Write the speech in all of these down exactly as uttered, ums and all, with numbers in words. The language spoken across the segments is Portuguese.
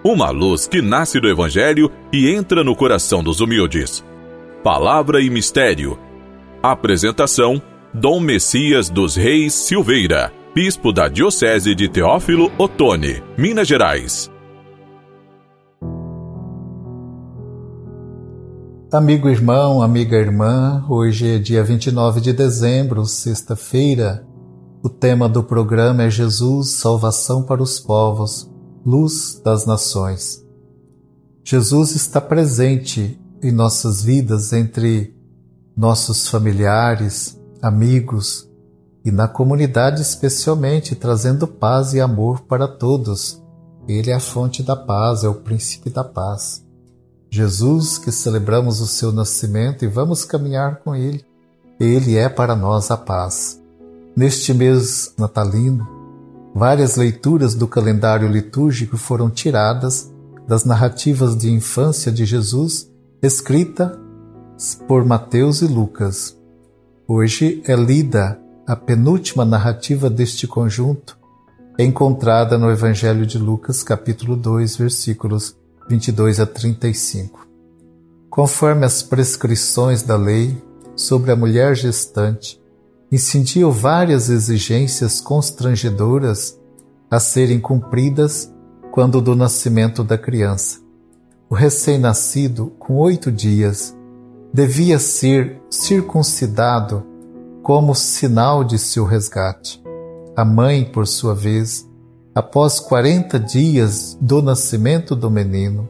uma luz que nasce do Evangelho e entra no coração dos humildes. Palavra e Mistério. Apresentação: Dom Messias dos Reis Silveira, bispo da Diocese de Teófilo Otoni, Minas Gerais. Amigo irmão, amiga irmã, hoje é dia vinte e nove de dezembro, sexta-feira. O tema do programa é Jesus, salvação para os povos, luz das nações. Jesus está presente em nossas vidas, entre nossos familiares, amigos e na comunidade especialmente, trazendo paz e amor para todos. Ele é a fonte da paz, é o príncipe da paz. Jesus, que celebramos o seu nascimento e vamos caminhar com Ele. Ele é para nós a paz. Neste mês natalino, várias leituras do calendário litúrgico foram tiradas das narrativas de infância de Jesus, escritas por Mateus e Lucas. Hoje é lida a penúltima narrativa deste conjunto, encontrada no Evangelho de Lucas, capítulo dois, versículos vinte e dois a trinta e cinco. Conforme as prescrições da lei sobre a mulher gestante, incidiam várias exigências constrangedoras a serem cumpridas quando do nascimento da criança. O recém-nascido, com oito dias, devia ser circuncidado como sinal de seu resgate. A mãe, por sua vez, após quarenta dias do nascimento do menino,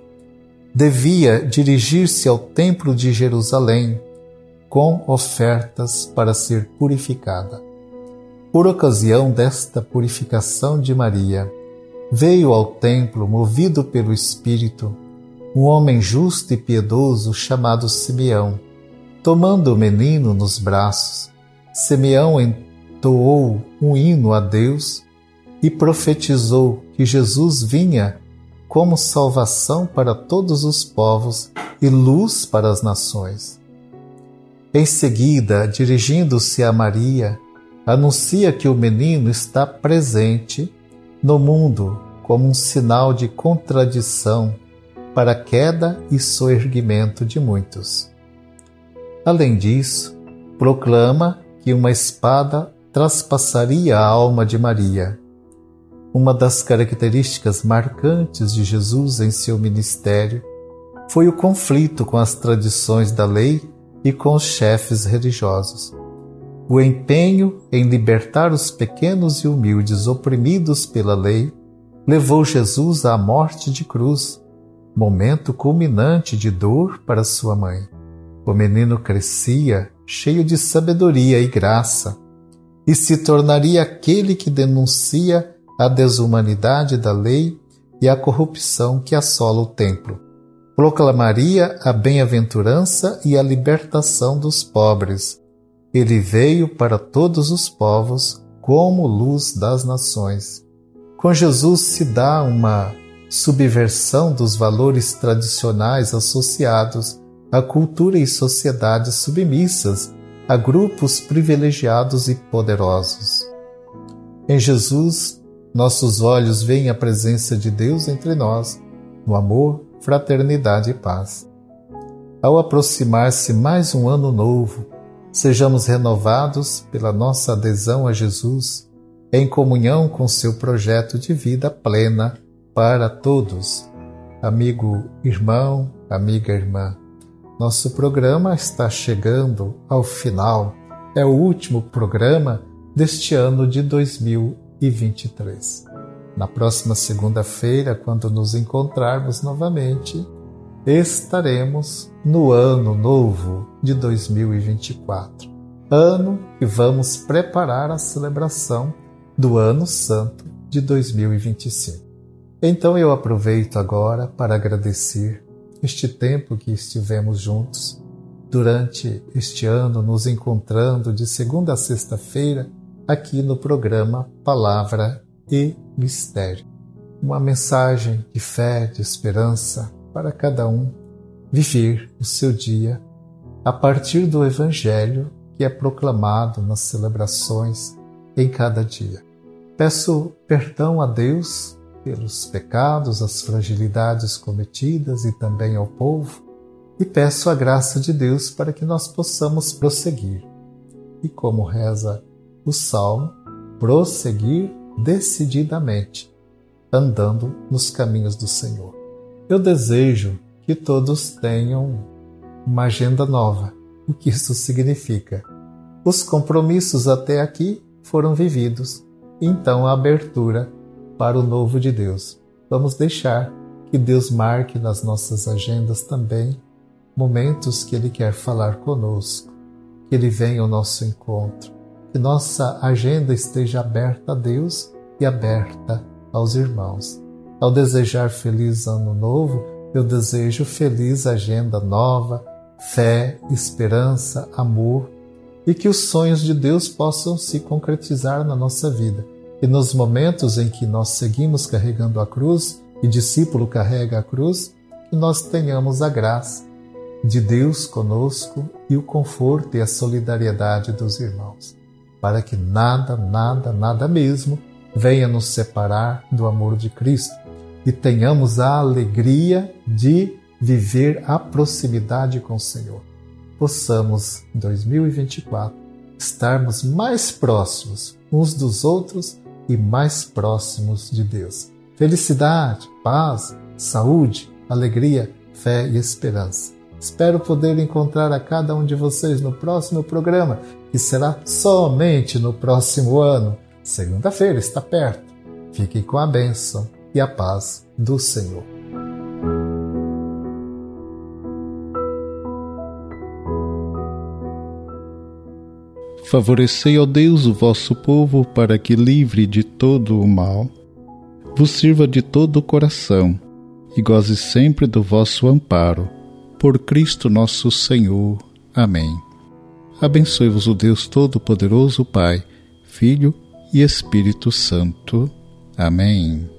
devia dirigir-se ao templo de Jerusalém com ofertas para ser purificada. Por ocasião desta purificação de Maria, veio ao templo, movido pelo Espírito, um homem justo e piedoso chamado Simeão. Tomando o menino nos braços, Simeão entoou um hino a Deus e profetizou que Jesus vinha como salvação para todos os povos e luz para as nações. Em seguida, dirigindo-se a Maria, anuncia que o menino está presente no mundo como um sinal de contradição para a queda e soerguimento de muitos. Além disso, proclama que uma espada traspassaria a alma de Maria. Uma das características marcantes de Jesus em seu ministério foi o conflito com as tradições da lei e com os chefes religiosos. O empenho em libertar os pequenos e humildes oprimidos pela lei levou Jesus à morte de cruz, momento culminante de dor para sua mãe. O menino crescia cheio de sabedoria e graça e se tornaria aquele que denuncia a desumanidade da lei e a corrupção que assola o templo. Proclamaria a bem-aventurança e a libertação dos pobres. Ele veio para todos os povos como luz das nações. Com Jesus se dá uma subversão dos valores tradicionais associados à cultura e sociedades submissas a grupos privilegiados e poderosos. Em Jesus, nossos olhos veem a presença de Deus entre nós, no amor, fraternidade e paz. Ao aproximar-se mais um ano novo, sejamos renovados pela nossa adesão a Jesus, em comunhão com seu projeto de vida plena para todos. Amigo irmão, amiga irmã, nosso programa está chegando ao final. É o último programa deste ano de dois mil e vinte e três. Na próxima segunda-feira, quando nos encontrarmos novamente, estaremos no ano novo de dois mil e vinte e quatro, ano que vamos preparar a celebração do Ano Santo de dois mil e vinte e cinco. Então eu aproveito agora para agradecer este tempo que estivemos juntos durante este ano, nos encontrando de segunda a sexta-feira aqui no programa Palavra e Mistério. Uma mensagem de fé, de esperança para cada um viver o seu dia a partir do Evangelho que é proclamado nas celebrações em cada dia. Peço perdão a Deus pelos pecados, as fragilidades cometidas e também ao povo, e peço a graça de Deus para que nós possamos prosseguir. E como reza o Salmo, prosseguir decididamente, andando nos caminhos do Senhor. Eu desejo que todos tenham uma agenda nova. O que isso significa? Os compromissos até aqui foram vividos, então a abertura para o novo de Deus. Vamos deixar que Deus marque nas nossas agendas também momentos que Ele quer falar conosco, que Ele venha ao nosso encontro, que nossa agenda esteja aberta a Deus e aberta aos irmãos. Ao desejar feliz ano novo, eu desejo feliz agenda nova, fé, esperança, amor, e que os sonhos de Deus possam se concretizar na nossa vida. E nos momentos em que nós seguimos carregando a cruz, e discípulo carrega a cruz, que nós tenhamos a graça de Deus conosco e o conforto e a solidariedade dos irmãos, para que nada, nada, nada mesmo venha nos separar do amor de Cristo e tenhamos a alegria de viver a proximidade com o Senhor. Possamos, em dois mil e vinte e quatro, estarmos mais próximos uns dos outros e mais próximos de Deus. Felicidade, paz, saúde, alegria, fé e esperança. Espero poder encontrar a cada um de vocês no próximo programa, que será somente no próximo ano. Segunda-feira está perto. Fiquem com a bênção e a paz do Senhor. Favorecei, ó Deus, o vosso povo, para que, livre de todo o mal, vos sirva de todo o coração e goze sempre do vosso amparo. Por Cristo nosso Senhor. Amém. Abençoe-vos o Deus Todo-Poderoso, Pai, Filho e Espírito Santo. Amém.